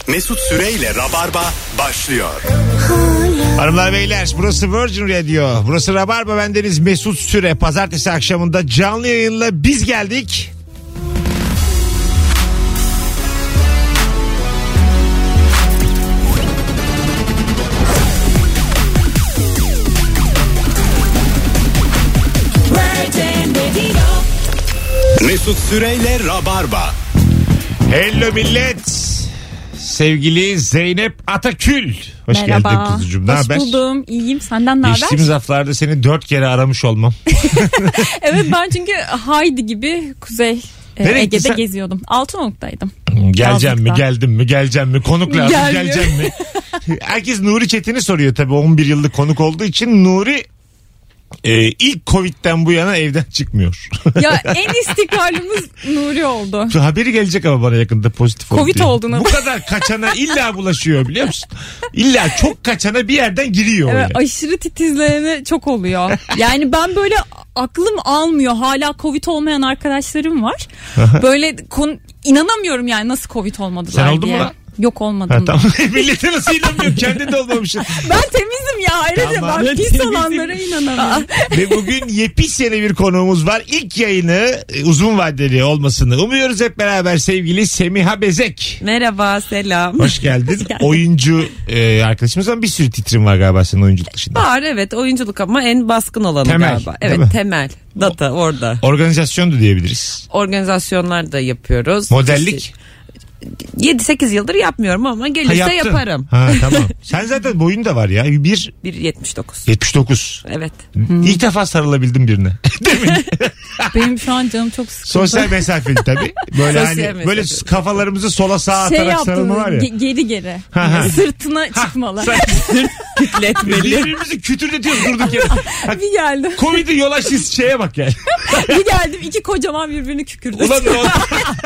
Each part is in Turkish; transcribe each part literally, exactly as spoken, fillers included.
Mesut Süreyle Rabarba başlıyor. Hanımlar beyler, burası Virgin Radio. Burası Rabarba, bendeniz Mesut Süre. Pazartesi akşamında canlı yayınla biz geldik. Mesut Süreyle Rabarba. Hello millet. Sevgili Zeynep Atakül. Hoş Merhaba. geldin kuzucuğum. Ne Hoş haber? buldum. İyiyim. Senden ne haber? Geçtiğimiz haftalarda seni dört kere aramış olmam. Evet, ben çünkü Haydi gibi Kuzey e, Nereye Ege'de gittin sen? geziyordum. Altınoluk'taydım. Geleceğim mi, Yazlıkta. geldim mi, geleceğim mi? Konuk lazım, Gelmiyor. geleceğim mi? Herkes Nuri Çetin'i soruyor tabii, on bir yıllık konuk olduğu için. Nuri e, ilk Covid'den bu yana evden çıkmıyor. Ya en istikrarlımız Nuri oldu. Şu haberi gelecek ama bana yakında pozitif oldu Covid diye. olduğunu. Bu kadar kaçana illa bulaşıyor, biliyor musun? İlla çok kaçana bir yerden giriyor. Evet, öyle. aşırı titizlerine çok oluyor. Yani ben böyle aklım almıyor. Hala Covid olmayan arkadaşlarım var. Böyle kon- inanamıyorum yani, nasıl Covid olmadılar Sen oldun diye. mu lan? Yok, olmadım. Ha, tamam. Millete nasıl inanmıyorum? Kendin de olmamışsın. Ben temizim ya. Ayrıca Tamam. ben pis olanlara inanamıyorum. Ve bugün yepis yeni bir konuğumuz var. İlk yayını e, uzun vadeli olmasını umuyoruz hep beraber, sevgili Semiha Bezek. Merhaba, selam. Hoş geldin. Hoş geldin. Oyuncu e, arkadaşımız ama bir sürü titrin var galiba senin oyunculuk dışında. Var, evet, oyunculuk ama en baskın olanı Temel, galiba. değil Evet, mi? temel. Data orada. Organizasyon da diyebiliriz. Organizasyonlar da yapıyoruz. Modellik. yedi sekiz yıldır yapmıyorum ama Ha, gelirse yaptın. yaparım. Ha, tamam. Sen zaten boyun da var ya. bir bir yetmiş dokuz. yetmiş dokuz. Evet. İlk defa sarılabildim birine. Değil mi? Benim şu an canım çok sıkıldı. Sosyal mesafeli tabii. Böyle Sosyal hani böyle mesafeli. kafalarımızı sola sağa Şey atarak yaptım, sarılma var ya. ge- geri geri. Ha, ha. Sırtına çıkmalı. Sen- Kütletmeli. Birbirimizi kütürdetiyoruz durduk yere. Bir geldim. Covid'i yol açtığı şeye bak yani. Bir geldim, iki kocaman birbirini kükürdü. Ulan ne oldu?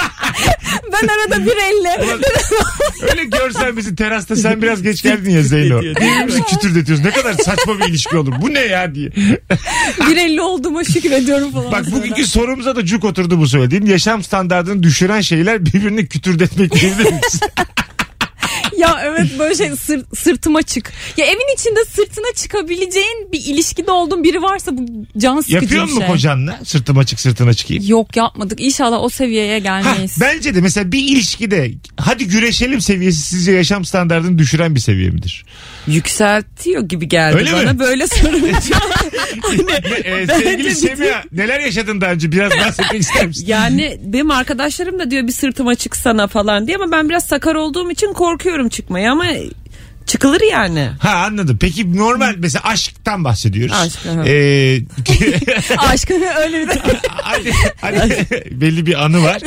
Ben arada bir elle. Ulan, öyle görsen bizi terasta, sen biraz geç geldin ya Zeyno. Birbirimizi kütürdetiyoruz. Ne kadar saçma bir ilişki olur. Bu ne ya diye. Bir elli olduğuma şükrediyorum falan. Bak sonra. bugünkü sorumuza da cuk oturdu bu söylediğim. Yaşam standartını düşüren şeyler birbirini kütürdetmek diyebilir miyiz? Ya evet, böyle şey, sır, sırtıma çık. Ya evin içinde sırtına çıkabileceğin bir ilişkide olduğun biri varsa bu can sıkıcı Yapıyor bir musun şey. kocanla? Sırtıma çık, sırtına çıkayım. Yok, yapmadık. İnşallah o seviyeye Ha, gelmeyiz. bence de mesela bir ilişkide hadi güreşelim seviyesi sizce yaşam standartını düşüren bir seviye midir? Yükseltiyor gibi geldi Öyle bana mi? böyle sorunca. Ee, bence sevgili bir- Semiha, neler yaşadın daha önce? Biraz bahsetmek ister misin? Yani benim arkadaşlarım da diyor bir sırtıma çıksana falan diye ama ben biraz sakar olduğum için korkuyorum çıkmaya ama çıkılır yani. Ha, anladım. Peki normal mesela aşktan bahsediyoruz. Aşk, aha. Ee, Aşkım öyle bir de. hadi, hadi belli bir anı var.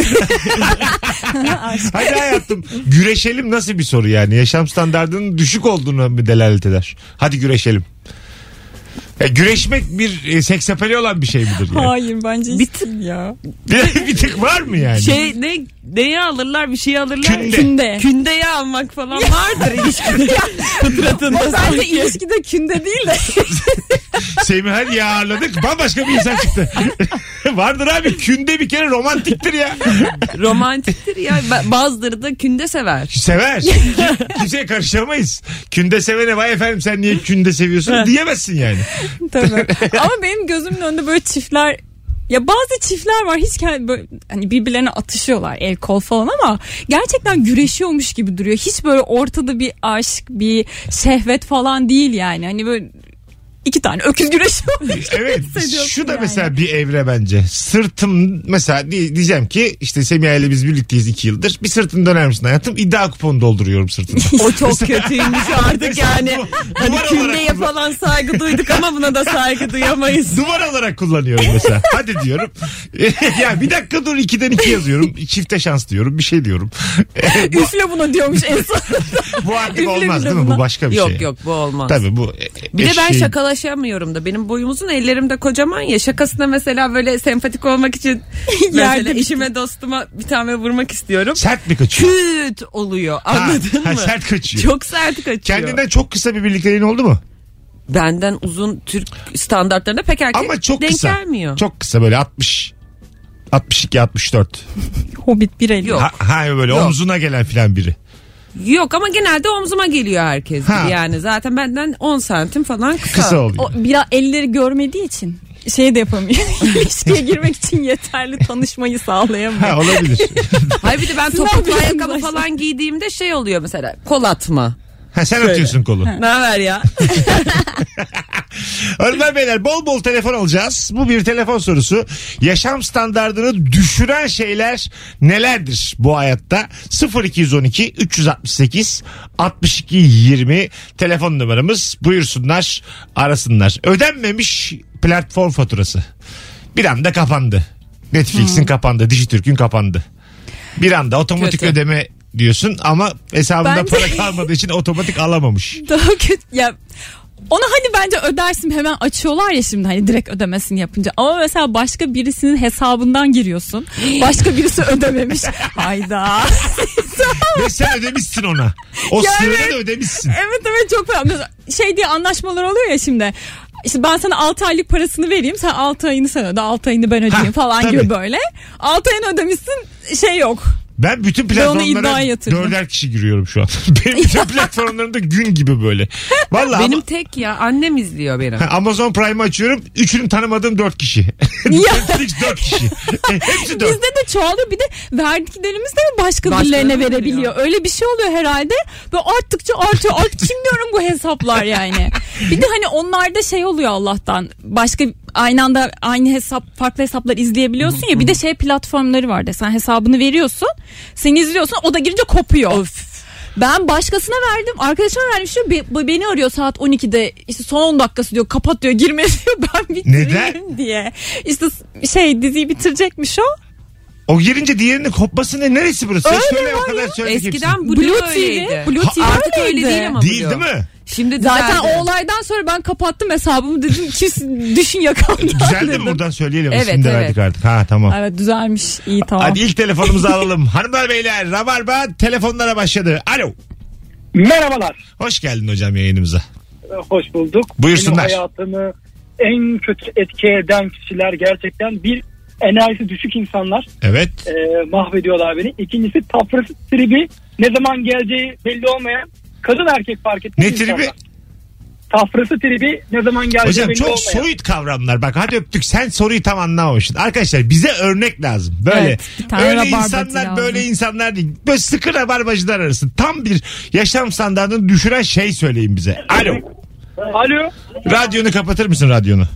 Aşk. Hadi hayatım, güreşelim nasıl bir soru yani? Yaşam standartının düşük olduğunu mu delalet eder? Hadi güreşelim. Ya, güreşmek bir e, seksapeli olan bir şey midir yani? Hayır, bence hiç Bir tık- değil ya. Bir, bir tık var mı yani? Şey ne neyi alırlar bir şey alırlar. Künde. Künde. Kündeye almak falan vardır ilişkide. Fıtratında O bence sanki. ilişkide künde değil de. Semiha'yı diye ağırladık. Bambaşka bir insan çıktı. Vardır abi, künde bir kere romantiktir ya. Romantiktir ya. Ba- Bazıları da künde sever. Sever. Kimseye karışamayız. Künde sevene vay efendim sen niye künde seviyorsun diyemezsin yani. Tabii. Ama benim gözümün önünde böyle çiftler, ya bazı çiftler var hiç kendi böyle, hani birbirlerine atışıyorlar el kol falan ama gerçekten güreşiyormuş gibi duruyor. Hiç böyle ortada bir aşk, bir şehvet falan değil yani. Hani böyle iki tane öküz güreşiyormuş. Evet, hissediyorsun şu da yani. mesela bir evre bence. Sırtım mesela diye- diyeceğim ki işte Semiha ile biz birlikteyiz iki yıldır. Bir sırtını döner misin hayatım? İddia kuponu dolduruyorum sırtına. O çok kötüymüş artık Mesela yani. bu- Hani duvar kündeye olarak- falan saygı duyduk ama buna da saygı duyamayız. Duvar olarak kullanıyorum mesela. Hadi diyorum. Ya bir dakika dur, ikiden iki yazıyorum. Çifte şans diyorum. Bir şey diyorum. Üfle buna diyormuş en son. Bu artık Üfle olmaz bile değil mi? Bu buna. başka bir Yok şey. yok bu olmaz. Tabii bu. Bir de ben eşeğin- şakalaşamıyorum da. Benim boyum uzun, ellerim de kocaman ya. Şakasına mesela böyle sempatik olmak için Yerde mesela eşime dostuma bir tane vurmak istiyorum. Sert mi kaçıyor? Küt oluyor, anladın ha, mı? sert kaçıyor. Çok sert kaçıyor. Kendinden çok kısa bir birlikteliğin oldu mu? Benden uzun Türk standartlarında pek erkek Ama çok denk kısa. gelmiyor. Çok kısa, böyle altmış altmış iki altmış dört. Hobbit bir elli. Yok. Ha, ha böyle Yok. omzuna gelen filan biri. Yok ama genelde omzuma geliyor herkes Ha. gibi yani. Zaten benden on santim falan kısa. Kısa oluyor. O biraz elleri görmediği için şey de yapamıyor. İlişkiye girmek için yeterli tanışmayı sağlayamıyor. Ha, olabilir. Hayır bir de ben Siz topuklu ne yapıyorsunuz ayakkabı başta? falan giydiğimde şey oluyor mesela, kol atma. Ha, sen atıyorsun kolu. Ne haber ya? Hanımlar beyler, bol bol telefon alacağız. Bu bir telefon sorusu. Yaşam standartını düşüren şeyler nelerdir bu hayatta? sıfır iki on iki üç altı sekiz altmış iki yirmi telefon numaramız. Buyursunlar, arasınlar. Ödenmemiş platform faturası. Bir anda kapandı. Netflix'in Hmm. kapandı. Dijitürk'ün kapandı. Bir anda otomatik Kötü. ödeme diyorsun ama hesabında Bence- para kalmadığı için otomatik alamamış. Daha kötü ya. Onu hani bence ödersin, hemen açıyorlar ya şimdi hani direkt ödemesini yapınca. Ama mesela başka birisinin hesabından giriyorsun. Başka birisi ödememiş. Hayda. Ve sen ödemişsin ona. O Ya sırada evet. da ödemişsin. Evet evet, çok fena. Mesela şey diye anlaşmalar oluyor ya şimdi. İşte ben sana altı aylık parasını vereyim, sen altı ayını sen öde, altı ayını ben ödeyeyim Ha, falan tabii. gibi böyle. altı ayını ödemişsin, şey yok. Ben bütün Ben onu platformlara iddiaya yatırdım. dörder kişi giriyorum şu an. Benim bütün platformlarımda gün gibi böyle. Vallahi Benim ama- tek ya, annem izliyor beni. Ha, Amazon Prime'ı açıyorum. Üçünü tanımadığım dört kişi. Ya. Netflix dört kişi. E, Hepsi dört. Bizde de çoğalıyor, bir de verdiklerimiz de mi başka Başkaları birilerine mı verebiliyor? veriyor? Öyle bir şey oluyor herhalde. Böyle arttıkça artıyor. Artık kim diyorum bu hesaplar yani. Bir de hani onlarda şey oluyor Allah'tan. Başka aynı anda aynı hesap, farklı hesaplar izleyebiliyorsun ya. Bir de şey platformları var, de sen hesabını veriyorsun. Seni izliyorsun, o da girince kopuyor. Ben başkasına verdim. Arkadaşıma verdim. Şu be- beni arıyor saat on ikide. İşte son on dakikası diyor. Kapat diyor. Girme diyor. Ben bitireyim Neden? diye. İşte şey, diziyi bitirecekmiş o. O girince diğerinin kopması ne? Neresi burası? Öyle Söyle o var kadar ya. söyledik Eskiden hepsini. Blue, Blue T V. öyleydi. Blue T V Artık öyle öyleydi. değil ama Değil Blue. değil mi? Şimdi Zaten düzeldi. o olaydan sonra ben kapattım hesabımı, dedim kim düşün yakamdan. Düzeldi mi? dedim. Buradan söyleyelim. Evet, İsmini de evet. verdik artık. Ha, tamam. Evet, düzelmiş. İyi, tamam. Hadi ilk telefonumuzu alalım. Hanımlar beyler, Rabarba telefonlara başladı. Alo. Merhabalar. Hoş geldin hocam yayınımıza. Hoş bulduk. Buyursunlar. Benim hayatımı en kötü etki eden kişiler gerçekten bir, enerjisi düşük insanlar Evet. e, mahvediyorlar beni. İkincisi tafrası tribi, ne zaman geleceği belli olmayan, kadın erkek fark etmez Ne insanlar. tribi? Tafrası tribi, ne zaman geleceği Hocam belli çok olmayan. soyut kavramlar. Bak hadi öptük. Sen soruyu tam anlamamışsın. Arkadaşlar bize örnek lazım. Böyle Evet, bir tane öyle rabarbacı insanlar lazım. böyle insanlar değil. Böyle sıkı rabarbacılar arasın. Tam bir yaşam standartını düşüren şey söyleyin bize. Alo. Alo. Radyonu kapatır mısın radyonu?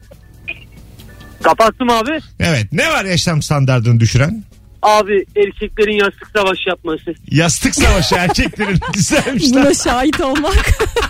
Kapattım abi. Evet. Ne var yaşam standartını düşüren? Abi erkeklerin yastık savaşı yapması. Yastık savaşı erkeklerin. Güzelmiş lan. Buna şahit olmak.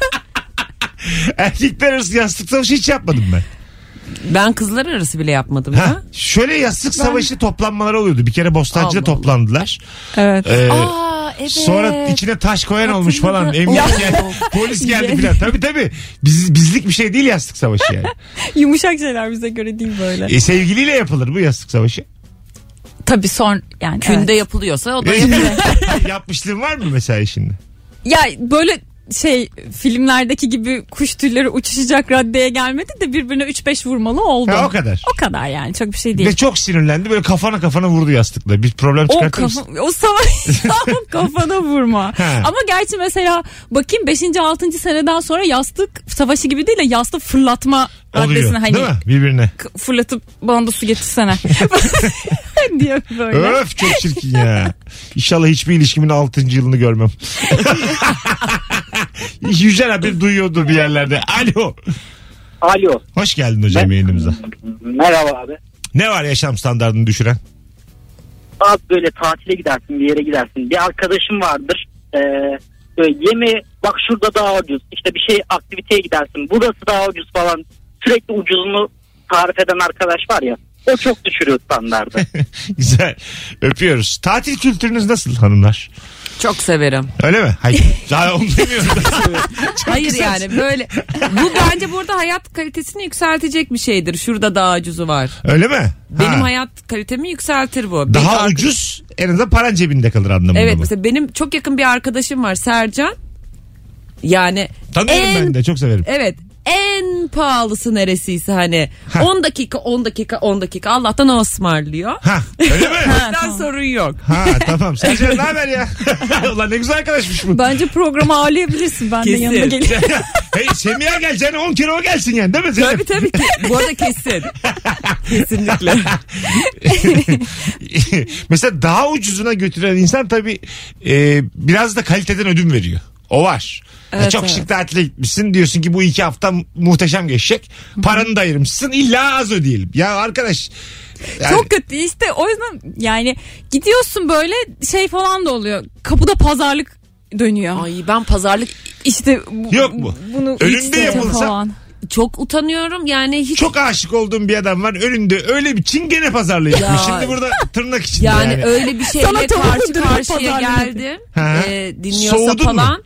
Erkekler arası yastık savaşı hiç yapmadım ben. Ben kızlar arası bile yapmadım Ha, ya. şöyle yastık savaşı toplanmaları oluyordu. Bir kere Bostancı'da Allah Allah. toplandılar. Evet. Ee, Aa evet. Sonra içine taş koyan olmuş falan. Emniyet Ya. geldi. Polis geldi filan. Tabii tabii. Biz, bizlik bir şey değil yastık savaşı yani. Yumuşak şeyler bize göre değil böyle. E, sevgiliyle yapılır bu yastık savaşı. Tabii son yani. Künde evet. yapılıyorsa o da E, yapılıyor. Yapmışlığın var mı mesela şimdi? Ya böyle şey, filmlerdeki gibi kuş tüyleri uçuşacak raddeye gelmedi de birbirine üç beş vurmalı oldu. Ha, o kadar. O kadar yani, çok bir şey değil. Ve çok sinirlendi. Böyle kafana kafana vurdu yastıkla. Bir problem O çıkartır kafa, mısın? o savaş o kafana vurma. Ha. Ama gerçi mesela bakayım beşinci altıncı seneden sonra yastık savaşı gibi değil de yastık fırlatma Oluyor. raddesine hani Değil mi? Birbirine. k- fırlatıp bana da su getirsene diye böyle. Öf, çok çirkin ya. İnşallah hiçbir ilişkimin altıncı yılını görmem. Yücel abi duyuyordu bir yerlerde. Alo. Alo. Hoş geldin hocam Ben- yayınımıza. Merhaba abi. Ne var yaşam standartını düşüren? Abi böyle tatile gidersin, bir yere gidersin. Bir arkadaşım vardır. Ee, böyle yeme bak şurada daha ucuz. İşte bir şey aktiviteye gidersin. Burası daha ucuz falan. Sürekli ucuzunu tarif eden arkadaş var ya. O çok düşürüyor standardı. Güzel. Öpüyoruz. Tatil kültürünüz nasıl hanımlar? Çok severim. Öyle mi? Hayır. Daha onu demiyorum. Hayır güzel. yani böyle. Bu bence burada hayat kalitesini yükseltecek bir şeydir. Şurada daha ucuzu var. Öyle mi? Benim Ha. hayat kalitemi yükseltir bu. Daha Benim arka- ucuz, en azından paran cebinde kalır anlamında Evet mı? mesela benim çok yakın bir arkadaşım var, Sercan. Yani Tanıyorum en- ben de, çok severim. Evet, en pahalısı neresiyse hani on dakika on dakika on dakika Allah'tan o ısmarlıyor. Ha, öyle mi? O yüzden sorun yok. Ha tamam. Sercan ne haber ya? Ulan ne güzel arkadaşmış bu. Bence programa ağırlayabilirsin. Ben Kesin. de yanına geleyim. Hey Semiha geleceğine on kere o gelsin yani değil mi? Zeynep? Tabii tabii ki. Bu arada kesin. Kesinlikle. Mesela daha ucuzuna götüren insan tabii e, biraz da kaliteden ödün veriyor. O var. Ya Evet, çok evet. şık tatile gitmişsin. Diyorsun ki bu iki hafta muhteşem geçecek. Paranı da ayırmışsın. İlla az ödeyelim. Ya arkadaş. Yani, Çok kötü işte, o yüzden yani gidiyorsun böyle şey falan da oluyor. Kapıda pazarlık dönüyor. Ay ben pazarlık İşte bu, Yok mu? Bunu Önünde işte yapılsa- falan. çok utanıyorum yani hiç. çok aşık olduğum bir adam var. Önünde öyle bir çingene pazarlığı yapıyor. Ya. Şimdi burada tırnak içinde Yani, yani. öyle bir şeyle Sana tavuk karşı öldürüyor, karşıya pazarlık geldim. Ha. Ee, dinliyorsa Soğudun mu? falan.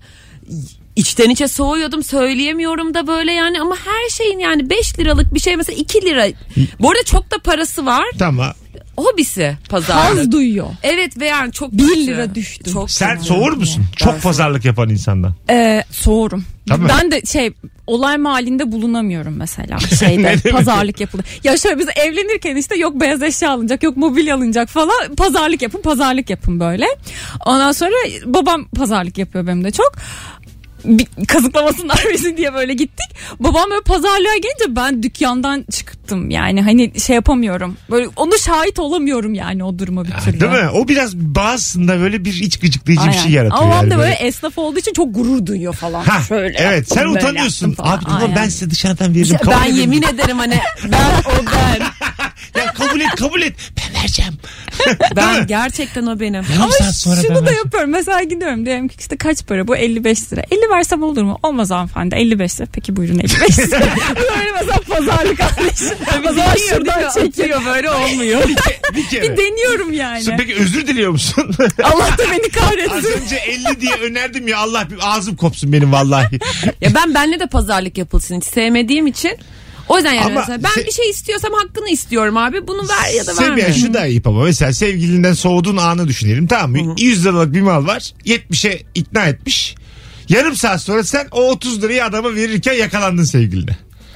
İçten içe soğuyordum, söyleyemiyorum da böyle yani, ama her şeyin yani beş liralık bir şey mesela iki lira. Bu arada çok da parası var. Tamam. Hobisi pazarlık. Haz duyuyor. Evet ve yani çok Bir kötü. lira düştü. Çok Sen kötü. soğur musun? Çok pazarlık yapan insandan. Ee, soğurum. Tabii. Ben de şey olay mahallinde bulunamıyorum mesela Ne şeyde demek? pazarlık yapılır. Ya şöyle biz evlenirken işte yok beyaz eşya alınacak, yok mobilya alınacak falan, pazarlık yapın pazarlık yapın böyle. Ondan sonra babam pazarlık yapıyor benim de çok. Bir kazıklamasınlar bizi diye böyle gittik. Babam böyle pazarlığa gelince ben dükkandan çıktım. Yani hani şey yapamıyorum. Böyle onu şahit olamıyorum yani o duruma bir türlü. Değil mi? O biraz bazısında böyle bir iç gıcıklayıcı bir Aynen. şey yaratıyor. Ama babam yani da böyle böyle. esnaf olduğu için çok gurur duyuyor falan. Ha, Şöyle evet sen yaptım, böyle utanıyorsun. yaptım falan. Abi tamam Aynen. ben size dışarıdan veririm. Kabul Ben edin. yemin ederim hani ben o ben. Ya kabul et kabul et. Ben vereceğim. Değil Ben mi? gerçekten o benim. Yarım Ama saat sonra ben şunu da vereceğim. yapıyorum. Mesela gidiyorum diyelim ki işte kaç para bu? elli beş lira. elli versem olur mu? Olmaz hanımefendi. elli beş lira. Peki buyurun elli beş lira. Böyle mesela pazarlık anlayışı. O zaman şuradan çekiyor böyle olmuyor. Bir kere. Bir deniyorum yani. Peki özür diliyor musun? Allah da beni Az kahretsin. önce elli diye önerdim ya, Allah bir ağzım kopsun benim vallahi. Ya ben benle de pazarlık yapılsın hiç sevmediğim için. O yüzden yani Ama mesela ben se- bir şey istiyorsam hakkını istiyorum abi. Bunu ver ya da verme. Seviye şu da ayıp ama mesela sevgilinden soğuduğun anı düşünelim, tamam mı? yüz liralık bir mal var, yetmişe ikna etmiş. Yarım saat sonra sen o otuz lirayı adama verirken yakalandın sevgiline.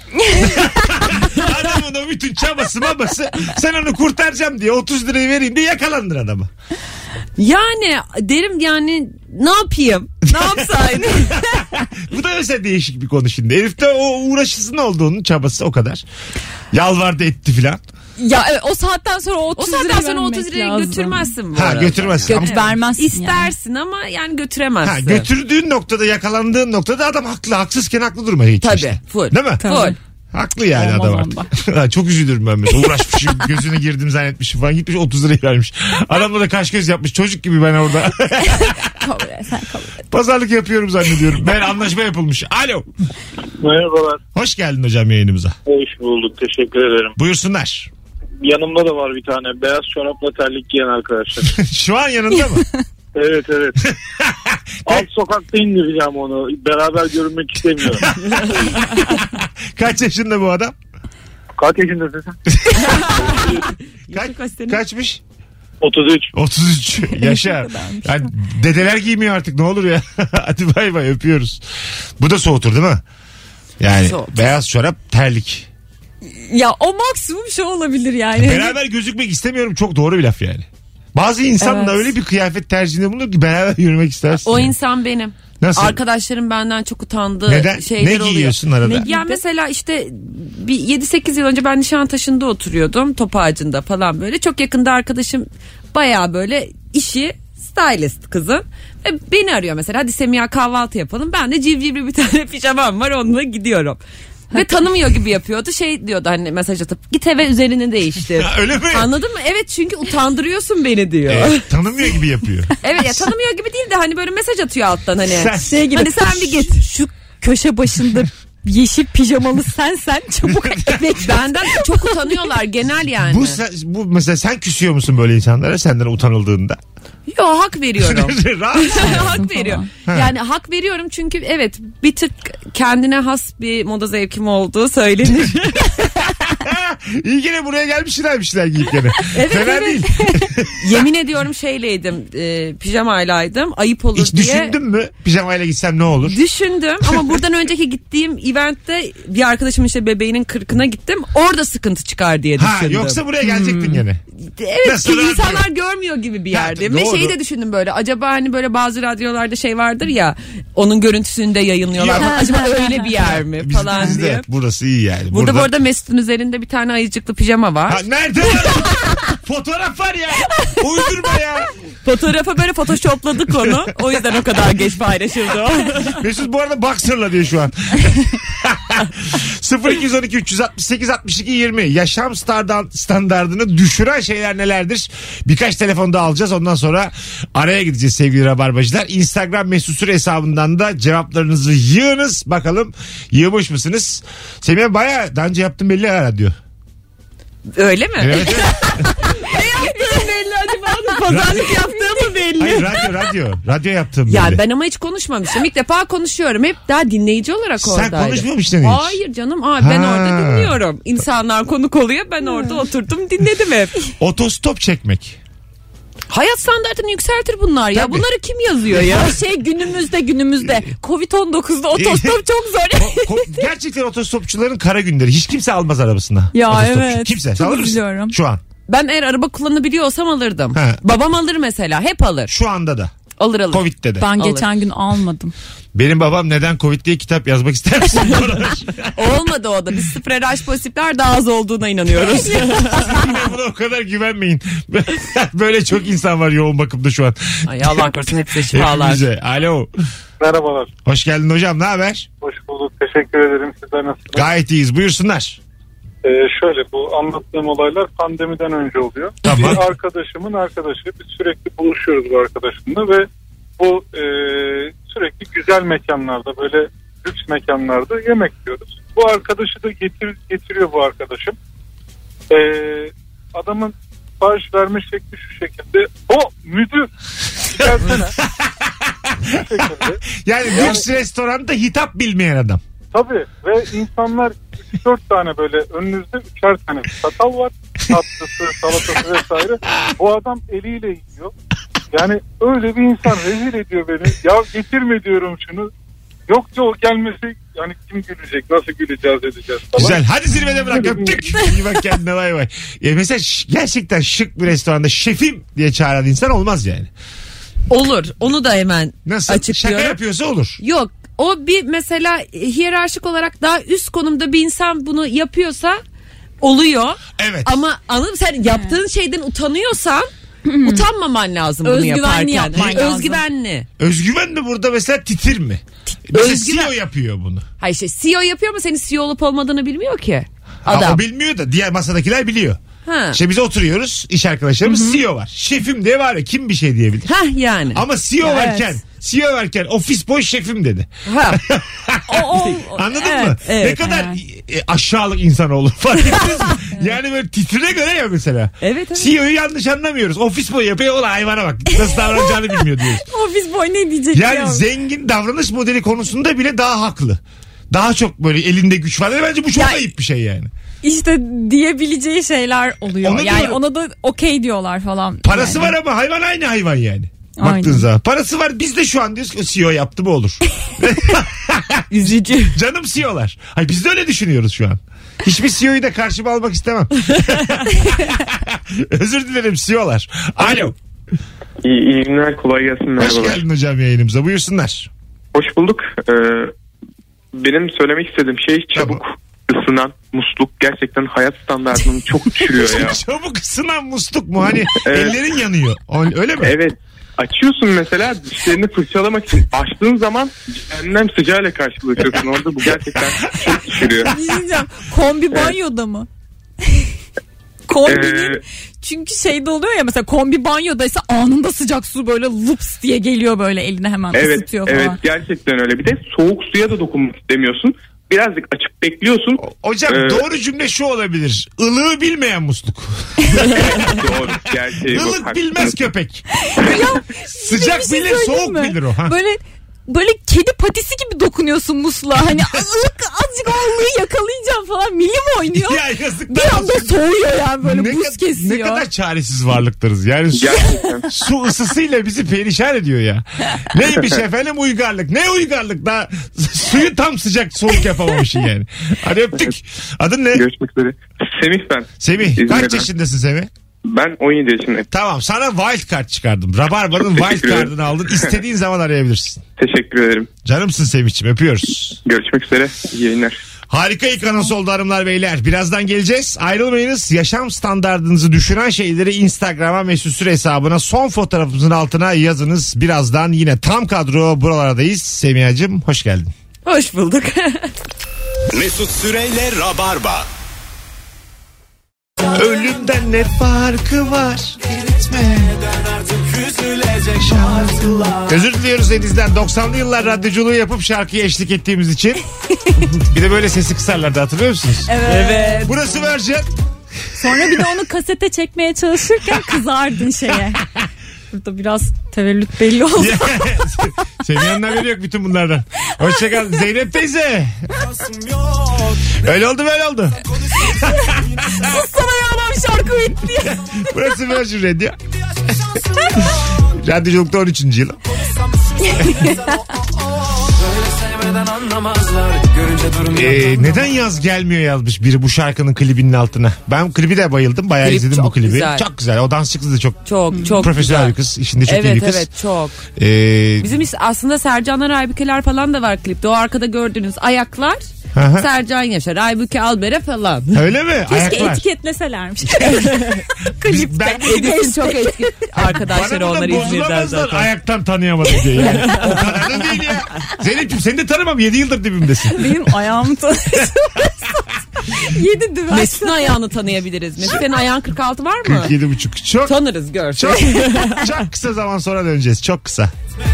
Adamın o bütün çabası babası, sen onu kurtaracağım diye otuz lirayı vereyim diye yakalandın adama. Yani derim yani ne yapayım? Ne yapsaydım? Bu da mesela değişik bir konu şimdi. Herifte o uğraşısının olduğunun çabası o kadar. Yalvardı etti filan. Ya evet, o saatten sonra o O otuz saatten lirayı sonra vermek otuz lirayı lazım. götürmezsin bu Ha arada. götürmezsin. Göt Ama- vermezsin İstersin ama yani götüremezsin. Ha, götürdüğün noktada, yakalandığın noktada adam haklı. Haksızken haklı durmaya geçiyor Tabii, işte. full. Değil mi? Tabii. Full. Haklı yani Olmaz adam artık. Ha, çok üzülürüm ben mesela. Uğraşmışım, gözüne girdim zannetmişim falan. Gitmiş otuz lirayı vermiş. Adamla da kaş göz yapmış. Çocuk gibi ben orada. Kabul et, sen kabul et. Pazarlık yapıyorum zannediyorum. Ben anlaşma yapılmış. Alo. Merhabalar. Hoş geldin hocam yayınımıza. Hoş bulduk. Teşekkür ederim. Buyursunlar. Yanımda da var bir tane beyaz çorapla terlik giyen arkadaşlar. Şu an yanında mı? Evet evet. Alt sokakta indireceğim onu. Beraber görünmek istemiyorum. Kaç yaşında bu adam? Kaç yaşındasın sen? Kaç, kaç senin? kaçmış? otuz üç. otuz üç. Yaşa. Yani dedeler giymiyor artık, ne olur ya. Hadi bay bay, öpüyoruz. Bu da soğutur değil mi? Yani Soğutur. beyaz çorap, terlik. Ya o maksimum şey olabilir yani. Beraber gözükmek istemiyorum, çok doğru bir laf yani. Bazı insan Evet. da öyle bir kıyafet tercihinde bulunur ki beraber yürümek istersin. O yani. insan benim. Nasıl? Arkadaşlarım benden çok utandığı Neden? şeyler Ne oluyor. giyiyorsun arada? Ya mesela işte bir yedi sekiz yıl önce ben Nişantaşı'nda oturuyordum. Top Ağacı'nda falan böyle. Çok yakında arkadaşım bayağı böyle işi stylist kızın. Ve beni arıyor mesela, hadi Semiha kahvaltı yapalım. Ben de civcivli bir tane pijamam var, onunla gidiyorum. Ve tanımıyor gibi yapıyordu. Şey diyordu hani mesaj atıp, git eve üzerini değiştir. Ha, öyle mi? Anladın mı? Evet, çünkü utandırıyorsun beni diyor. Evet, tanımıyor gibi yapıyor. Evet ya, tanımıyor gibi değil de hani böyle mesaj atıyor alttan hani. Sen- Şey gibi, Hani sen bir git. Şu köşe başında yeşil pijamalı sen sen çabuk eve. Benden çok utanıyorlar genel yani. Bu, sen- bu mesela sen küsüyor musun böyle insanlara senden utanıldığında? Yo, hak veriyorum. Rahat mısın? hak veriyorum. Yani hak veriyorum çünkü evet, bir tık kendine has bir moda zevkim olduğu söylenir. İyi gene buraya gelmişsin abi bir şeyler giyip gene. Evet, Fena evet. değil. Yemin ediyorum şeyleydim, e, pijamaylaydım, ayıp olur Hiç diye. düşündün mü pijamayla gitsem ne olur? Düşündüm ama buradan önceki gittiğim eventte bir arkadaşımın işte bebeğinin kırkına gittim. Orada sıkıntı çıkar diye Ha, düşündüm. yoksa buraya gelecektin Hmm. gene. Evet, Nasıl ki radyo? insanlar görmüyor gibi bir Ha, yerdeyim. Ve doğru. şeyi de düşündüm böyle. Acaba hani böyle bazı radyolarda şey vardır ya, onun görüntüsünü de yayınlıyorlar. Yok. Acaba öyle bir yer mi Biz, falan bizde diye. burası iyi yani. Burada, bu arada Mesut'un üzerinde bir tane ayıcıklı pijama var. Ha, nerede var? Fotoğraf var ya. Uydurma ya. Fotoğrafa böyle photoshopladık onu. O yüzden o kadar geç paylaşıldı o. Mesut bu arada boxer'la diyor şu an. sıfır iki on iki üç altı sekiz altmış iki yirmi yaşam stardan, standardını düşüren şeyler nelerdir? Birkaç telefon da alacağız. Ondan sonra araya gideceğiz sevgili Rabarbacılar. Instagram Mesut Süre hesabından da cevaplarınızı yığınız. Bakalım yığmış mısınız? Semih bayağı daha önce yaptım belli ha diyor. Öyle mi? Evet, evet. Ne yaptığım belli acaba? Pazarlık yaptığım mı belli? Hayır radyo radyo. Radyo yaptığım belli. Ya ben ama hiç konuşmamışım. İlk defa konuşuyorum. Hep daha dinleyici olarak Sen oradaydım. konuşmamıştın hiç. Hayır canım. Aa, ben Ha. orada dinliyorum. İnsanlar konuk oluyor. Ben orada oturdum dinledim hep. Otostop çekmek. Hayat standartını yükseltir bunlar ya. Tabii. Bunları kim yazıyor ya? Şey günümüzde günümüzde covid on dokuzda otostop çok zor. Ko- ko- gerçekten otostopçuların kara günleri. Hiç kimse almaz arabasına. Ya Otostopçu. evet. Kimse. Çok Sen alır mısın? üzülüyorum. Şu an. Ben eğer araba kullanabiliyor olsam alırdım. He. Babam alır mesela. Hep alır. Şu anda da. Alır alır. Covid'de de. Ben Alır. geçen gün almadım. Benim babam neden Covid diye kitap yazmak ister misin? Olmadı o da. Biz sıfır R H pozitifler daha az olduğuna inanıyoruz. Buna o kadar güvenmeyin. Böyle çok insan var yoğun bakımda şu an. Ay Allah korusun hepsi şifalar. Hepimize. Alo. Merhabalar. Hoş geldin hocam. Ne haber? Hoş bulduk. Teşekkür ederim. Sizler nasılsınız? Gayet iyiyiz. Buyursunlar. Ee, şöyle bu anlattığım olaylar pandemiden önce oluyor. Tamam. Bir arkadaşımın arkadaşı. Biz sürekli buluşuyoruz bu arkadaşımla ve bu e, sürekli güzel mekanlarda böyle lüks mekanlarda yemek yiyoruz. Bu arkadaşı da getir, getiriyor bu arkadaşım. Ee, adamın sipariş verme şekli şu şekilde. O müdür gelsene. Bu şekilde. Yani lüks restoranda hitap bilmeyen adam. Tabii ve insanlar üç dört tane böyle önünüzde üçer tane çatal var. Tatlısı, salatası vesaire. Bu adam eliyle yiyor. Yani öyle bir insan rezil ediyor beni. Ya getirme diyorum şunu. Yok yok gelmesi yani kim gülecek, nasıl güleceğiz edeceğiz falan. Güzel. Hadi zirvede bırak öptük. İyi bak kendine vay vay. E mesela ş- gerçekten şık bir restoranda şefim diye çağıran insan olmaz yani. Olur. Onu da hemen Nasıl? açıklıyorum. Şaka yapıyorsa olur. Yok. O bir mesela hiyerarşik olarak daha üst konumda bir insan bunu yapıyorsa oluyor. Evet. Ama anladın mı? Sen yaptığın şeyden utanıyorsan utanmaman lazım bunu Özgüvenli yaparken. yapman Hani lazım. Özgüvenli. Özgüven mi burada mesela titir mi? Mesela Özgüven- C E O yapıyor bunu. Hayır işte C E O yapıyor ama senin C E O olup olmadığını bilmiyor ki. Ha, Adam. o bilmiyor da diğer masadakiler biliyor. Ha. İşte biz oturuyoruz iş arkadaşlarımız C E O var. Şefim diye var ya kim bir şey diyebilir. Heh yani. Ama C E O Evet. varken C E O varken ofis boy şefim dedi. Ha. O, o, Anladın evet, mı? evet. Ne kadar e, aşağılık insan olur. Fark ettiniz mi? Yani böyle titrine göre ya mesela. Evet, evet. C E O'yu yanlış anlamıyoruz. Ofis boy yapıyor. Ola hayvana bak. Nasıl davranacağını bilmiyor diyoruz. Ofis boy ne diyecek Yani ya? zengin davranış modeli konusunda bile daha haklı. Daha çok böyle elinde güç var. Bence bu çok Ya- ayıp bir şey yani. İşte diyebileceği şeyler oluyor. Onu yani diyorum. ona da okey diyorlar falan. Parası yani. var ama hayvan aynı hayvan yani. Aynen. Baktığın zaman. Parası var biz de şu an diyoruz ki C E O yaptı mı olur. Üzücü. Canım C E O'lar. Hayır biz de öyle düşünüyoruz şu an. Hiçbir C E O'yu da karşıma almak istemem. Özür dilerim C E O'lar. Alo. İyi, iyi günler, kolay gelsin, Hoş merhabalar. geldin hocam yayınımıza. Buyursunlar. Hoş bulduk. Ee, benim söylemek istediğim şey çabuk ısınan musluk gerçekten hayat standartını çok düşürüyor ya. Çabuk ısınan musluk mu? Hani Evet. ellerin yanıyor. O- Öyle mi? Evet. Açıyorsun mesela dişlerini fırçalamak için açtığın zaman cehennem sıcağıyla karşılaşıyorsun orada, bu gerçekten çok düşürüyor. Bir şey diyeceğim. Kombi banyoda mı? Kombinin Ee, çünkü şeyde oluyor ya mesela kombi banyodaysa anında sıcak su böyle lups diye geliyor böyle eline hemen Evet, ısıtıyor evet falan. gerçekten öyle. Bir de soğuk suya da dokunmak istemiyorsun. Birazcık açıp bekliyorsun. Hocam Ee, doğru cümle şu olabilir. Ilığı bilmeyen musluk. Doğru, gerçeği bu. Ilık bilmez köpek. Sıcak Bir şey bilir, söyleyeyim soğuk mi? bilir o. Ha. Böyle böyle kedi patisi gibi dokunuyorsun musluğa. Hani ılık azıcık ılığı yakalayacağım falan. Milim oynuyor. Ya yazık. Bir anda soğuyor yani böyle ne buz kad- kesiyor. Ne kadar çaresiz varlıklarız. Yani su, su ısısıyla bizi perişan ediyor ya. Neymiş efendim uygarlık. Ne uygarlık? Daha suyu tam sıcak soğuk yapamamışsın yani. Hadi öptük. Adın ne? Görüşmek üzere. Semih ben. Semih. İzmir'den. Kaç yaşındasın Semih? Ben on yedi yaşındayım. Tamam, sana wild card çıkardım. Rabarba'nın Çok wild teşekkür ederim. card'ını aldın. İstediğin zaman arayabilirsin. Teşekkür ederim. Canımsın Semih'ciğim, öpüyoruz. Görüşmek üzere. İyi yayınlar. Harika ilk anons oldu hanımlar beyler. Birazdan geleceğiz. Ayrılmayınız. Yaşam standartınızı düşüren şeyleri Instagram'a Mesut Süre hesabına son fotoğrafımızın altına yazınız. Birazdan yine tam kadro buralardayız. Semiha'cığım hoş geldin. Hoş bulduk. Mesut Süreyle Rabarba. Ölümden ne farkı var? Özür diliyoruz Deniz'den. doksanlı yıllar radyoculuğu yapıp şarkıya eşlik ettiğimiz için. Bir de böyle sesi kısarlardı, hatırlıyor musunuz? Evet. Burası Virgin. Sonra bir de onu kasete çekmeye çalışırken kızardın şeye. Burada biraz tevellüt belli oldu. Senin yanına haberi yok bütün bunlardan. Hoşçakal Zeynep teyze. Öyle oldu böyle oldu. Sana ya adam şarkı bitti. Burası Virgin Radio. Radyoculukta on üçüncü yıl. Ee, neden yaz gelmiyor yazmış biri bu şarkının klibinin altına. Ben klibi de bayıldım. Bayağı Klip izledim çok bu klibi. güzel. Çok güzel. O dansçı kız da çok Çok çok profesyonel güzel. bir kız. İşinde çok evet, iyi bir kız. Evet çok. Ee, Bizim aslında Sercanlar Aybükeler falan da var klipte. O arkada gördüğünüz ayaklar Aha. Sercan Yaşar, Aybüke Albere falan. Öyle mi? Keşke Ayaklar. etiketleselermiş. Biz, ben, Edis'in çok eski arkadaşları bana onlar burada İzmir'den bozulamazlar zaten. ayaktan tanıyamadım diye. Yani. O kadar da değil ya. Zeynep'ciğim seni de tanımam. yedi yıldır dibimdesin. Benim ayağımı tanıyorsun. Yedi düven. Mesut'un ayağını tanıyabiliriz. Mesut senin ayağın kırk altı var mı? kırk yedi buçuk. Çok, Tanırız gör. çok, çok kısa zaman sonra döneceğiz. Çok kısa.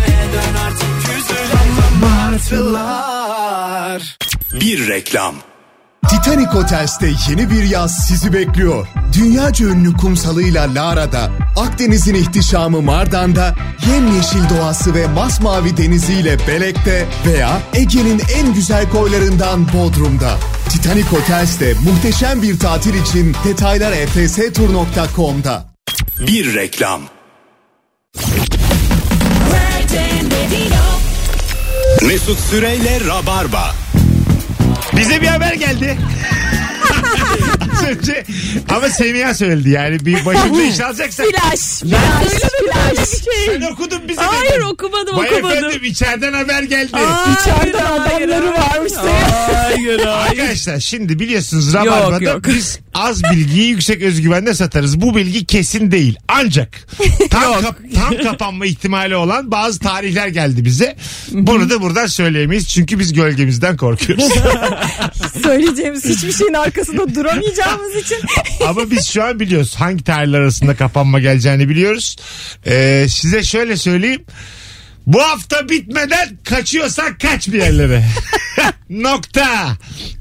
Bir reklam. Titanic Hotels'te yeni bir yaz sizi bekliyor. Dünyaca ünlü kumsalıyla Lara'da, Akdeniz'in ihtişamı Mardan'da, yemyeşil doğası ve masmavi deniziyle Belek'te veya Ege'nin en güzel koylarından Bodrum'da. Titanic Hotels'te muhteşem bir tatil için detaylar e f s tur nokta com'da. Bir reklam. Mesut Süreyle Rabarba. Bize bir haber geldi. Az önce ama Semiha söyledi yani bir başında iş alacaksak. Flash. Flash. Flash. Sen okudun bize. Hayır dedin. okumadım Vay okumadım. efendim içeriden haber geldi. İçeriden adamları varmış. Hayır hayır. Arkadaşlar şimdi biliyorsunuz Rabarba'da yok. biz az bilgiyi yüksek özgüvenle satarız. Bu bilgi kesin değil. Ancak tam, kap- tam kapanma ihtimali olan bazı tarihler geldi bize. Bunu da buradan söyleyemeyiz. Çünkü biz gölgemizden korkuyoruz. Söyleyeceğimiz hiçbir şeyin arkasında duramayacağımız için. Ama biz şu an biliyoruz. Hangi tarihler arasında kapanma geleceğini biliyoruz. Ee, size şöyle söyleyeyim. Bu hafta bitmeden kaçıyorsak kaç bir yerlere. Nokta.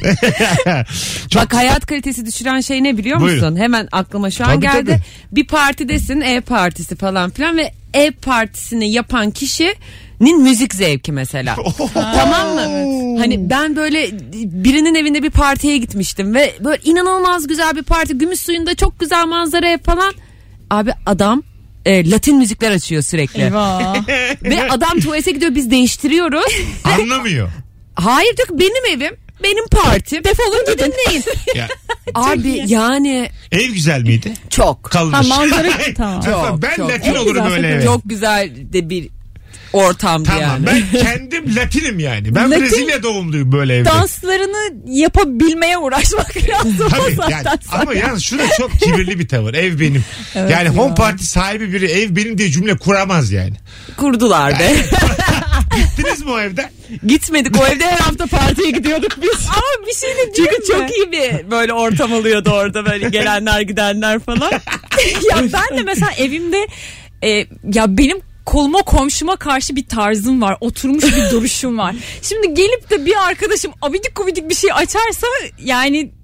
Çok... Bak hayat kalitesi düşüren şey ne biliyor Buyurun. musun? Hemen aklıma şu an Tabii, geldi. tabii. Bir partidesin, ev partisi falan filan ve ev partisini yapan kişinin müzik zevki mesela. Tamam mı? Hani ben böyle birinin evinde bir partiye gitmiştim ve böyle inanılmaz güzel bir parti, gümüş suyunda çok güzel manzara falan. Abi adam e, Latin müzikler açıyor sürekli. Eyvah. Ve adam tuvalete gidiyor, biz değiştiriyoruz. Anlamıyor. Hayır diyor ki benim evim, benim partim. Defolun gidin deyin. Ya, Abi yani ev güzel miydi? çok. Kalmış. Ha, manzara tamam. Efendim, ben çok. Latin En olurum güzel öyle eve. Çok güzel de bir ortamdı Tamam yani. ben kendim Latinim yani. Ben Latin- Brezilya doğumluyum böyle evde. Danslarını yapabilmeye uğraşmak lazım o Tabii zaten yani, sonra. ama yalnız şu da çok kibirli bir tavır. Ev benim. Evet yani ya. home party sahibi biri ev benim diye cümle kuramaz yani. Kurdular be. Gittiniz mi o evden? Gitmedik, o evde her hafta partiye gidiyorduk biz. Ama bir şey de Çünkü çok iyi bir böyle ortam oluyordu orada, böyle gelenler gidenler falan. ya ben de mesela evimde e, ya benim koluma komşuma karşı bir tarzım var. Oturmuş bir duruşum var. Şimdi gelip de bir arkadaşım abidik gubidik bir şey açarsa yani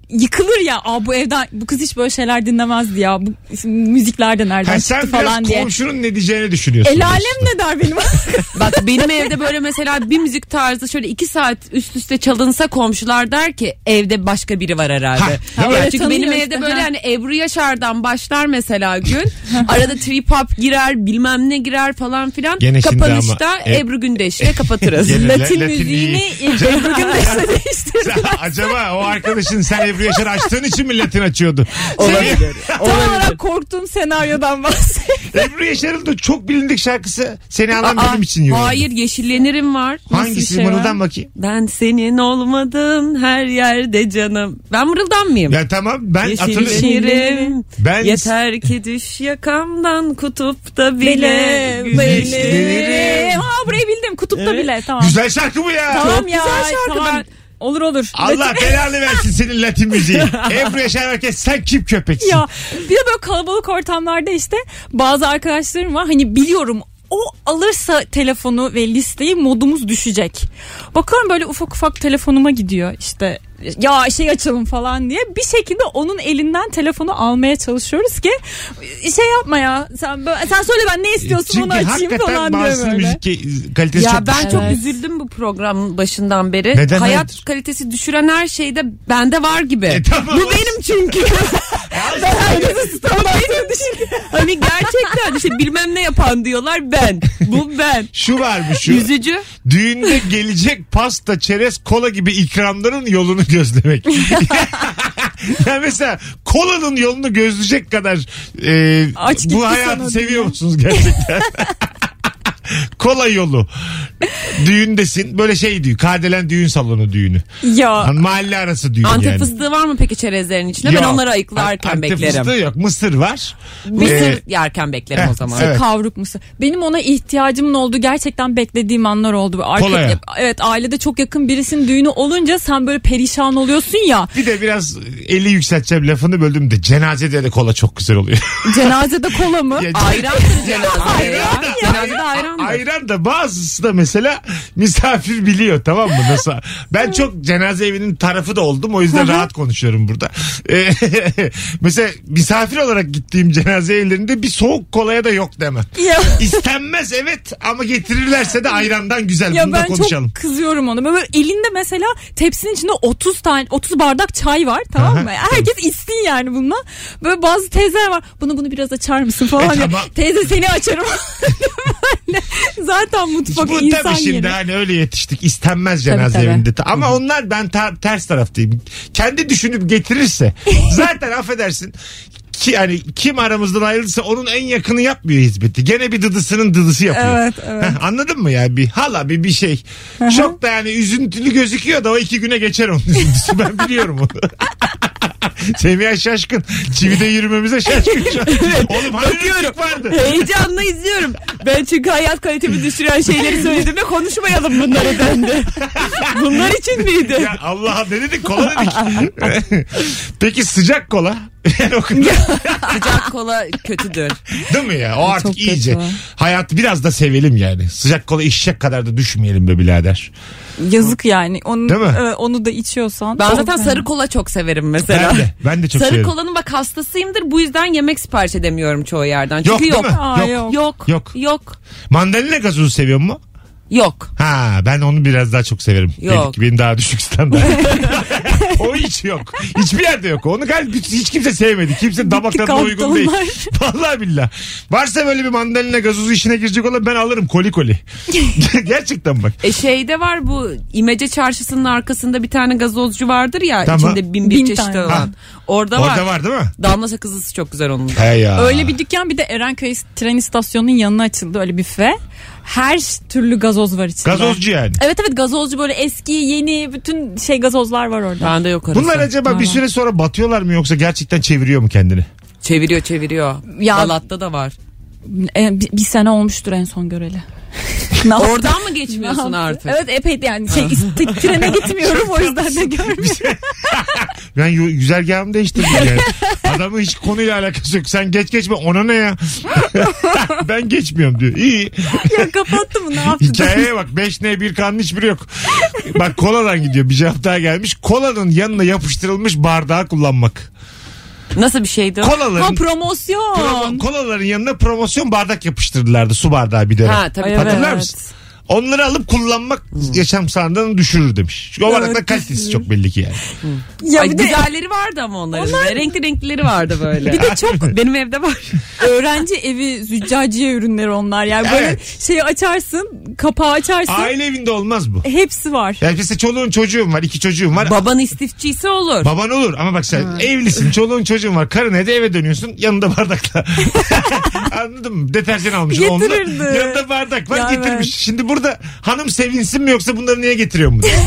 yıkılır ya. Aa, bu evden bu kız hiç böyle şeyler dinlemezdi ya. Bu müzikler de nereden Ha, çıktı sen falan biraz diye. komşunun ne diyeceğini düşünüyorsun. El alem ne der benim? Bak benim evde böyle mesela bir müzik tarzı şöyle iki saat üst üste çalınsa komşular der ki evde başka biri var herhalde. Ha, Ya evet, çünkü tanıyor benim işte, evde böyle ha. hani Ebru Yaşar'dan başlar mesela gün. Arada trip hop girer bilmem ne girer falan filan. Gene şimdi Kapanışta ama, e- Ebru Gündeş'le kapatırız. Gene Latin Latin müziğini iyi. Ebru Gündeş'le değiştirdi. Acaba o arkadaşın sen Ebru Yaşar açtığın için mi Latin açıyordu? Olabilir. Tam Olabilir. olarak korktuğum senaryodan bahsediyorum. Ebru Yaşar'ın da çok bilindik şarkısı Seni Anlam Aa, Benim için yoruldum. hayır Yeşillenirim var. Hangisi? bir şey Mırıldan var? bakayım. Ben senin olmadın her yerde canım. Ben mırıldan mıyım? Ya tamam ben hatırlıyorum. Yeşillenirim. Ben Yeter ki düş yakamdan kutupta bile. Bile Güneşlerim. bile. Ha burayı bildim. Kutupta Evet. bile. Tamam. Güzel şarkı bu ya. Tamam Çok ya. güzel şarkı, Tamam. ben- Olur olur. Allah belanı versin senin Latin müziği. Ebru Yaşar varken sen kim köpeksin? Ya bir de böyle kalabalık ortamlarda işte bazı arkadaşlarım var. Hani biliyorum o alırsa telefonu ve listeyi modumuz düşecek. Bakıyorum böyle ufak ufak telefonuma gidiyor işte ya şey açalım falan diye. Bir şekilde onun elinden telefonu almaya çalışıyoruz ki şey yapma ya. Sen böyle, sen söyle ben ne istiyorsun Çünkü onu açayım hakikaten falan diyor bazı böyle. müzik ke- kalitesi Ya çok ben düşük. çok Evet. üzüldüm bu programın başından beri. Neden, Hayat nedir? kalitesi düşüren her şeyde bende var gibi. E, tamam. Bu benim çünkü. Ben herkesin standartını düşün. Hani gerçekten işte bilmem ne yapan diyorlar ben. Bu ben. Şu varmış şu. Yüzücü. Düğünde gelecek pasta, çerez, kola gibi ikramların yolunu gözlemek. Ya mesela kolanın yolunu gözleyecek kadar e, Aç gitti bu hayatı sana seviyor diye. musunuz gerçekten? Kola yolu. Düğündesin. Böyle şey düğün. Kardelen düğün salonu düğünü. Ya Hani mahalle arası düğün Antep yani. fıstığı var mı peki çerezlerin içinde? Ben Yok. onları ayıklarken Antep beklerim. fıstığı yok. Mısır var. Mısır Ee, yerken beklerim heh, o zaman. evet. kavruk mısır. Benim ona ihtiyacımın olduğu gerçekten beklediğim anlar oldu. Arka, Kolaya. evet ailede çok yakın birisinin düğünü olunca sen böyle perişan oluyorsun ya. Bir de biraz eli yükselteceğim lafını böldüm de cenazede de kola çok güzel oluyor. Cenazede kola mı? Ya- Ayrandır cenazede ya. Ayran da- Cenazede ayrandır. Ayran da bazısı da mesela misafir biliyor tamam mı? Nasıl? Ben çok cenaze evinin tarafı da oldum o yüzden rahat konuşuyorum burada. Ee, mesela misafir olarak gittiğim cenaze evlerinde bir soğuk kolaya da yok demem. Ya. İstenmez evet ama getirirlerse de ayrandan güzel. Ya Bunu da ben konuşalım. çok kızıyorum onu. Böyle elinde mesela tepsinin içinde otuz tane otuz bardak çay var tamam mı? Aha. Herkes içsin yani bununla. Böyle bazı teyzeler var. Bunu bunu biraz açar mısın falan E, diye. tamam. Teyze seni açarım. Böyle zaten mutfak Bu insan tabii şimdi yeri. hani öyle yetiştik istenmez cenaze Tabii, tabii. evinde. Ama onlar ben ta- ters taraftayım. Kendi düşünüp getirirse zaten affedersin ki hani kim aramızdan ayrılırsa onun en yakını yapmıyor hizmeti. Gene bir dıdısının dıdısı yapıyor. Evet, evet. Heh, anladın mı ya bir hala bir bir şey. Çok da yani üzüntülü gözüküyor da o iki güne geçer onun üzüntüsü ben biliyorum onu. Semiha şaşkın. Çivide yürümemize şaşkın şu an. Oğlum hani rütük vardı. Heyecanla izliyorum. Ben çünkü hayat kalitemi düşüren şeyleri söyledim ve konuşmayalım bunları dendi. Bunlar için miydi? Ya Allah ne dedik kola dedik. Peki sıcak kola? Yani o kadar. Sıcak kola kötüdür. Değil mi ya? O artık Çok kötü iyice. o. Hayatı biraz da sevelim yani. Sıcak kola içecek kadar da düşmeyelim be birader. Yazık yani. Onu, Değil mi? evet, onu da içiyorsan. Ben çok zaten fena. sarı kola çok severim mesela. Ben de. Ben de çok Sarı severim. kolanın bak hastasıyımdır. Bu yüzden yemek sipariş edemiyorum çoğu yerden. Çünkü Yok değil yok. mi? Aa, Yok. yok. Yok. Yok. Yok. Mandalina gazozu seviyor mu? Yok. Ha ben onu biraz daha çok severim. Yok. Belki benim daha düşük standart. O hiç yok. Hiçbir yerde yok. Onu galiba hiç kimse sevmedi. Kimse damak tadına kalktı uygun değil. onlar. Vallahi billah. Varsa böyle bir mandalina gazozu işine girecek olan ben alırım koli koli. Gerçekten bak. E şeyde var bu İmece Çarşısı'nın arkasında bir tane gazozcu vardır ya. Tamam. içinde bin bir Bin çeşit tane. olan. Ha. Orada, var. Orada var değil mi? Damla sakızlısı çok güzel onun da. He ya. Öyle bir dükkan bir de Erenköy tren istasyonunun yanına açıldı öyle büfe. Her türlü gazoz var içinde. Gazozcu yani. Evet evet gazozcu böyle eski yeni bütün şey gazozlar var orada. Bende yok arası. Bunlar acaba bir süre sonra batıyorlar mı yoksa gerçekten çeviriyor mu kendini? Çeviriyor çeviriyor. Ya- Balat'ta da var. E, bir, bir sene olmuştur en son göreli. Ne yaptı? Oradan mı Ne geçmiyorsun yaptı? artık? Evet epey yani şey ist- trene gitmiyorum o yüzden de görmüyorum. Ben yu- güzergahımı değiştirdim yani. Adamın hiç konuyla alakası yok. Sen geç geçme, ona ne ya? Ben geçmiyorum diyor. İyi. Ya kapattı mı, ne yaptı? Hikayeye bak. beş ne bir kanın hiçbiri yok. Bak koladan gidiyor. Bir cevap daha gelmiş. Kolanın yanına yapıştırılmış bardağı kullanmak. Nasıl bir şeydi o? Kolaların, Ha, promosyon. promo- kolaların yanına promosyon bardak yapıştırdılardı. Su bardağı bir dönem. Ha tabii. Ay, Hatırlar evet. mısın? Onları alıp kullanmak yaşam standartını düşürür demiş. Çünkü o Evet, bardaklar kalitesi düşürür. çok belli ki yani. Ya Ay, bir de güzelleri vardı ama onların. Onlar... Renkli renklileri vardı böyle. Bir de çok benim evde var. öğrenci evi züccaciye ürünleri onlar. Yani böyle Evet. şeyi açarsın, kapağı açarsın. Aile evinde olmaz bu. Hepsi var. Yani mesela çoluğun çocuğun var, iki çocuğun var. Baban istifçisi olur. Baban olur ama bak sen Ha. evlisin, çoluğun çocuğun var. Karın evde, eve dönüyorsun, yanında bardakla. Anladın mı? Deterjan almış onunla. Getirirdi. Yanında bardak var, Ya getirmiş. evet. Şimdi burada hanım sevinsin mi yoksa bunları niye getiriyorum bunu?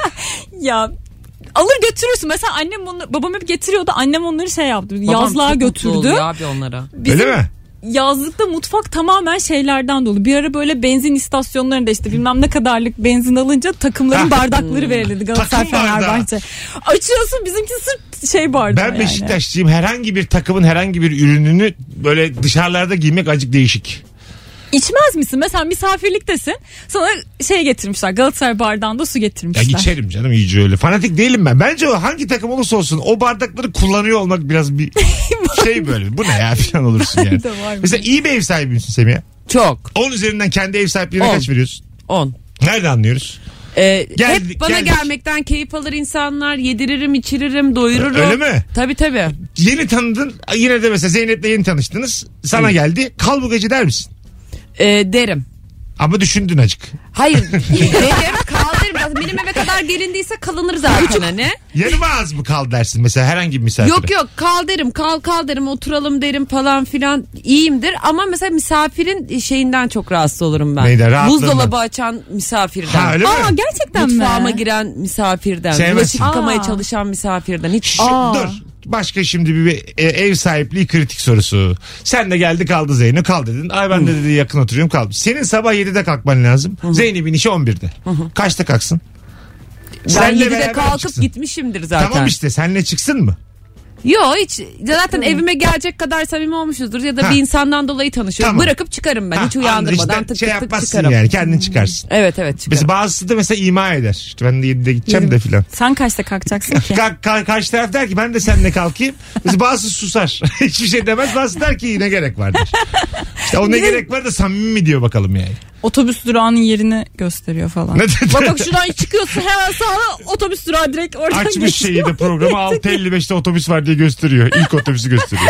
Ya alır götürürsün. Mesela annem onu, babam hep getiriyordu. Annem onları şey yaptı. Babam yazlığa çok mutlu götürdü. oluyor abi onlara. Bizim Öyle mi? yazlıkta mutfak tamamen şeylerden dolu. Bir ara böyle benzin istasyonlarında işte bilmem ne kadarlık benzin alınca takımların Ha. bardakları verildi. Galatasaray, Takım bardağı. Fenerbahçe. Açıyorsun, bizimki sırf şey bardağı Ben yani. Beşiktaşlıyım. Herhangi bir takımın herhangi bir ürününü böyle dışarılarda giymek acık değişik. İçmez misin? Mesela misafirliktesin. Sana şey getirmişler. Galatasaray bardağında su Ya getirmişler. içerim canım iyice öyle. Fanatik değilim ben. Bence o hangi takım olursa olsun o bardakları kullanıyor olmak biraz bir şey böyle. Bu ne ya falan olursun yani. De var mı? Mesela iyi bir ev sahibi misin Semih? Çok. on üzerinden kendi ev sahipliğine On. kaç veriyorsun? On. Nerede anlıyoruz? Ee, Geldik, hep bana geldik. gelmekten keyif alır insanlar. Yediririm, içiririm, doyururum. Öyle mi? Tabii tabii. Yeni tanıdın, yine de mesela Zeynep'le yeni tanıştınız. Sana geldi. Kal bu gece der misin? Ee, derim. Ama düşündün acık. Hayır. derim, kal derim. Zaten benim eve kadar gelindiyse kalınır zaten hani. Yarım ağız mı kal dersin mesela herhangi bir misafire? Yok yok kal derim, kal kal derim, oturalım derim falan filan, iyiyimdir. Ama mesela misafirin şeyinden çok rahatsız olurum ben. Neyden? Rahatlığından. Buzdolabı açan misafirden. Ha öyle Aa, mi? gerçekten Mutfağıma mi? giren misafirden. Sevmezsin. Bulaşık yıkamaya Aa. çalışan misafirden. Hiç Şu- Aa. dur. Başka şimdi bir, bir e, ev sahipliği kritik sorusu. Sen de geldi kaldı Zeynep, kal dedin. Ay ben de dedi yakın oturuyorum, kaldım. Senin sabah yedide kalkman lazım. Zeynep'in işi on birde. Kaçta kalksın? ben Senle yedide beraber kalkıp çıksın. gitmişimdir zaten. Tamam işte senle çıksın mı? Yok hiç zaten evime gelecek kadar samimi olmuşuzdur ya da Ha. bir insandan dolayı tanışıyoruz. Tamam. Bırakıp çıkarım ben Ha, hiç uyandırmadan anladın işte, tık şey tık tık yapmazsın çıkarım. yani kendin çıkarsın. Evet evet çıkarım. Mesela bazısı da mesela ima eder. İşte ben de yedide gideceğim de filan. Sen kaçta kalkacaksın ki? Ka- ka- karşı taraf der ki ben de seninle kalkayım. Mesela bazısı susar. Hiçbir şey demez. Bazısı der ki ne gerek var der. İşte o ne gerek var da samimi mi diyor bakalım yani. Otobüs durağının yerini gösteriyor falan. Ne dedi? Bak bak şuradan çıkıyorsun hemen sağına otobüs durağı direkt oradan Açmış geçiyor. şeyi de programı altı elli beşte otobüs var diye gösteriyor. İlk otobüsü gösteriyor.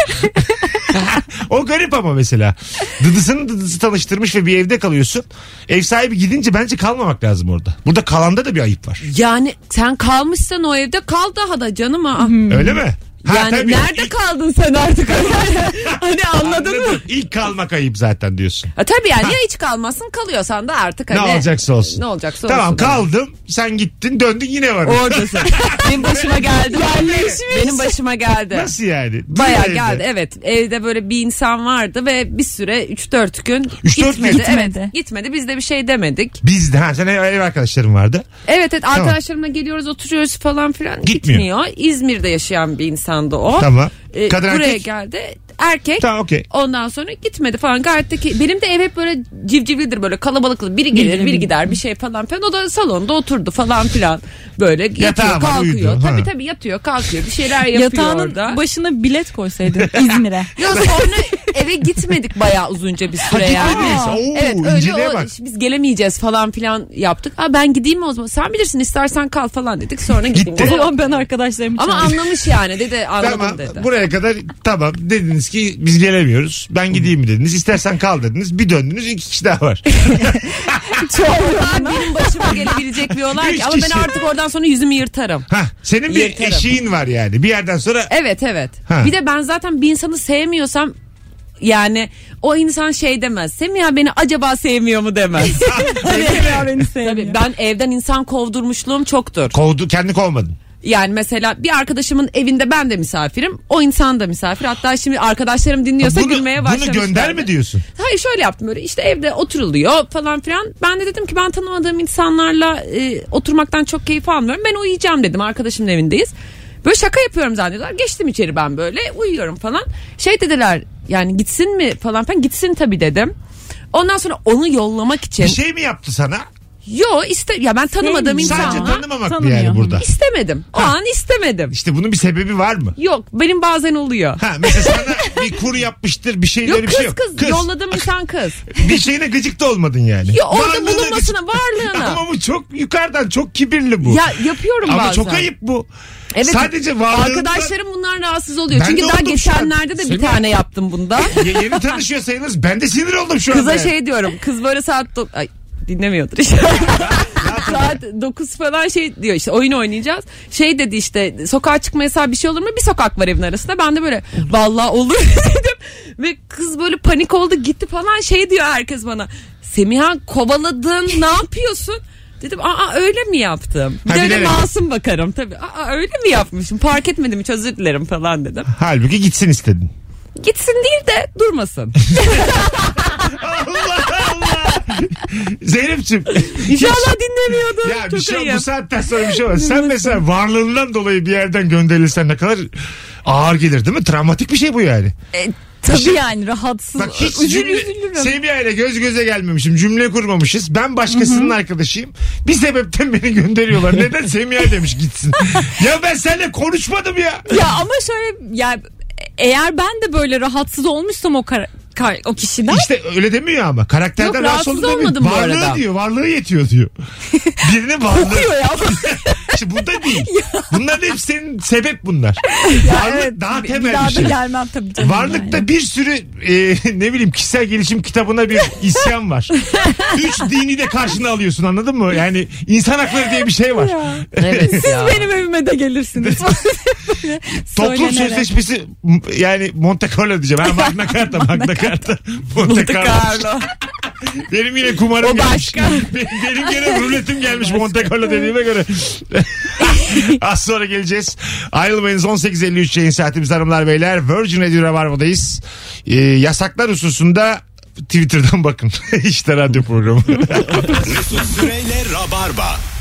O garip ama mesela. Dıdısının dıdısı tanıştırmış ve bir evde kalıyorsun. Ev sahibi gidince bence kalmamak lazım orada. Burada kalanda da bir ayıp var. Yani sen kalmışsan o evde kal daha da canım ha. Öyle mi? Ha, Yani tabii. nerede İlk- kaldın sen artık? hani anladın mı? Anladım. İlk kalmak ayıp zaten diyorsun. Ha, tabii yani ya hiç kalmazsın kalıyorsan da artık Ne hani. olacaksa olsun. Ne olacaksa Tamam olsun. kaldım. Sen gittin döndün yine var. Oradasın. Benim başıma geldi. Benim başıma geldi. Nasıl yani? Baya Dur evde. geldi evet, evde böyle bir insan vardı ve bir süre üç dört gün Üç dört gitmedi. gün gitmedi. Evet gitmedi, biz de bir şey demedik. Biz de ha sen ev, ev arkadaşların vardı. Evet evet arkadaşlarımla geliyoruz oturuyoruz falan filan Gitmiyor. gitmiyor. İzmir'de yaşayan bir insandı o. Tamam. Ee, Kadın buraya erkek. geldi erkek. Tamam okey. Ondan sonra gitmedi falan gayet de ki benim de ev hep böyle civcivlidir böyle kalabalıklı, biri gelir biri gider bir şey falan filan, o da salonda oturdu falan filan böyle yatıyor Yatağı var, kalkıyor uyudu. tabii Ha. tabii yatıyor kalkıyor bir şeyler yapıyor Yatağının orada. başına bilet koysaydın İzmir'e. Ya sonra eve gitmedik bayağı uzunca bir süre yani. gitmediniz. Oo, Evet öyle inceliğe o, bak. biz gelemeyeceğiz falan filan yaptık. Aa, ben gideyim mi o zaman? Sen bilirsin istersen kal falan dedik. Sonra gittim. Gitti. O zaman ben arkadaşlarımı Ama çağırdım. anlamış yani dedi anladım Tamam dedi. buraya kadar tamam dediniz ki biz gelemiyoruz. Ben gideyim mi dediniz. İstersen kal dediniz. Bir döndünüz iki kişi daha var. Çok benim başıma gelebilecek bir olay Üç ki. Ama ben kişi. artık oradan sonra yüzümü yırtarım. Hah, senin bir Yeterim. eşiğin var yani. Bir yerden sonra Evet evet. Ha. Bir de ben zaten bir insanı sevmiyorsam yani o insan şey demez. Semiha beni acaba sevmiyor mu demez. Ya beni sevmiyor. Tabii ben evden insan kovdurmuşluğum çoktur. kovdu kendi kovmadın. Yani mesela bir arkadaşımın evinde ben de misafirim. O insan da misafir. Hatta şimdi arkadaşlarım dinliyorsa Bunu, gülmeye bunu başlamışlar. gönderme diyorsun. Hayır şöyle yaptım böyle işte evde oturuluyor falan filan. Ben de dedim ki ben tanımadığım insanlarla e, oturmaktan çok keyif almıyorum. Ben uyuyacağım dedim, arkadaşımın evindeyiz. Böyle şaka yapıyorum zannediyorlar. Geçtim içeri ben böyle uyuyorum falan. Şey dediler yani gitsin mi falan filan, gitsin tabii dedim. Ondan sonra onu yollamak için. Bir şey mi yaptı sana? Yo iste ya ben tanımadığım Sadece insanla tanımamak mı tanımıyor. yani burada? istemedim. O Ha. an istemedim. İşte bunun bir sebebi var mı? Yok benim bazen oluyor. Ha mesela sana bir kur yapmıştır bir şeyleri Yok bir kız, şey yok. kız yolladığım insan kız. Bir şeyine gıcık da olmadın yani. Ya orada Varlığına bulunmasına, gıcık- varlığına. Ama bu çok yukarıdan çok kibirli bu. Ya yapıyorum Ama bazen. çok ayıp bu. Evet. Sadece varlığından... Arkadaşlarım bundan rahatsız oluyor. Ben Çünkü de daha oldum şu an. geçenlerde de bir Semih- tane yaptım bundan. Ya yeni tanışıyor sayılırız. Ben de sinir oldum şu Kıza anda. şey diyorum. Kız böyle saat do- ay dinlemiyordur işte. Saat dokuz falan şey diyor işte oyun oynayacağız. Şey dedi işte sokağa çıkma yasağı bir şey olur mu? Bir sokak var evin arasında. Ben de böyle vallahi olur dedim. Ve kız böyle panik oldu gitti falan şey diyor herkes bana. Semiha kovaladın ne yapıyorsun? Dedim aa öyle mi yaptım? Bir Ha, de öyle bilerek. masum bakarım tabii. Aa öyle mi yapmışım? Fark etmedim hiç özür dilerim falan dedim. Halbuki gitsin istedin. Gitsin değil de durmasın. Allah Allah. Zeynep'ciğim. İnşallah dinlemiyordu. Ya bir Çok şey ayıp. bu saatten sonra bir şey var. Sen mesela varlığından dolayı bir yerden gönderilsen ne kadar ağır gelir değil mi? Travmatik bir şey bu yani. E, tabii şey- yani rahatsız. Bak hiç Üzül, cümle, üzülürüm. Semih ile göz göze gelmemişim. Cümle kurmamışız. Ben başkasının arkadaşıyım. Bir sebepten beni gönderiyorlar. Neden Semih demiş gitsin. Ya ben seninle konuşmadım ya. Ya ama şöyle ya eğer ben de böyle rahatsız olmuşsam o kar- kar- o kişiden İşte öyle demiyor ama. Karakterden Yok, rahatsız rahatsız olduğunu olmadım bu varlığı arada. diyor. Varlığı yetiyor diyor. Birinin varlığı. kokuyor ya. İşte bu da değil. Bunların hepsi senin sebep bunlar. Varlık Evet, daha bir- temel bir daha bir şey. da gelmem tabii canım. Varlıkta yani. bir sürü e, ne bileyim kişisel gelişim kitabına bir isyan var. Üç dini de karşına alıyorsun anladın mı? Yani insan hakları diye bir şey var. Ya. Evet Siz ya. benim evime de gelirsiniz. Böyle Toplum söylenerek. sözleşmesi m- yani Monte Carlo diyeceğim. Ha, Magna Carta, Magna Carta. Monte Carlo. Carlo. Benim yine kumarım O gelmiş. başka. Benim, benim gene ruletim gelmiş Monte Carlo dediğime göre. Az sonra geleceğiz. Ayrılmayınız. on sekiz elli üç yayın saatimiz hanımlar beyler. Virgin Radio Rabarba'dayız. Ee, yasaklar hususunda Twitter'dan bakın. İşte radyo programı. Mesut Süreyle Rabarba.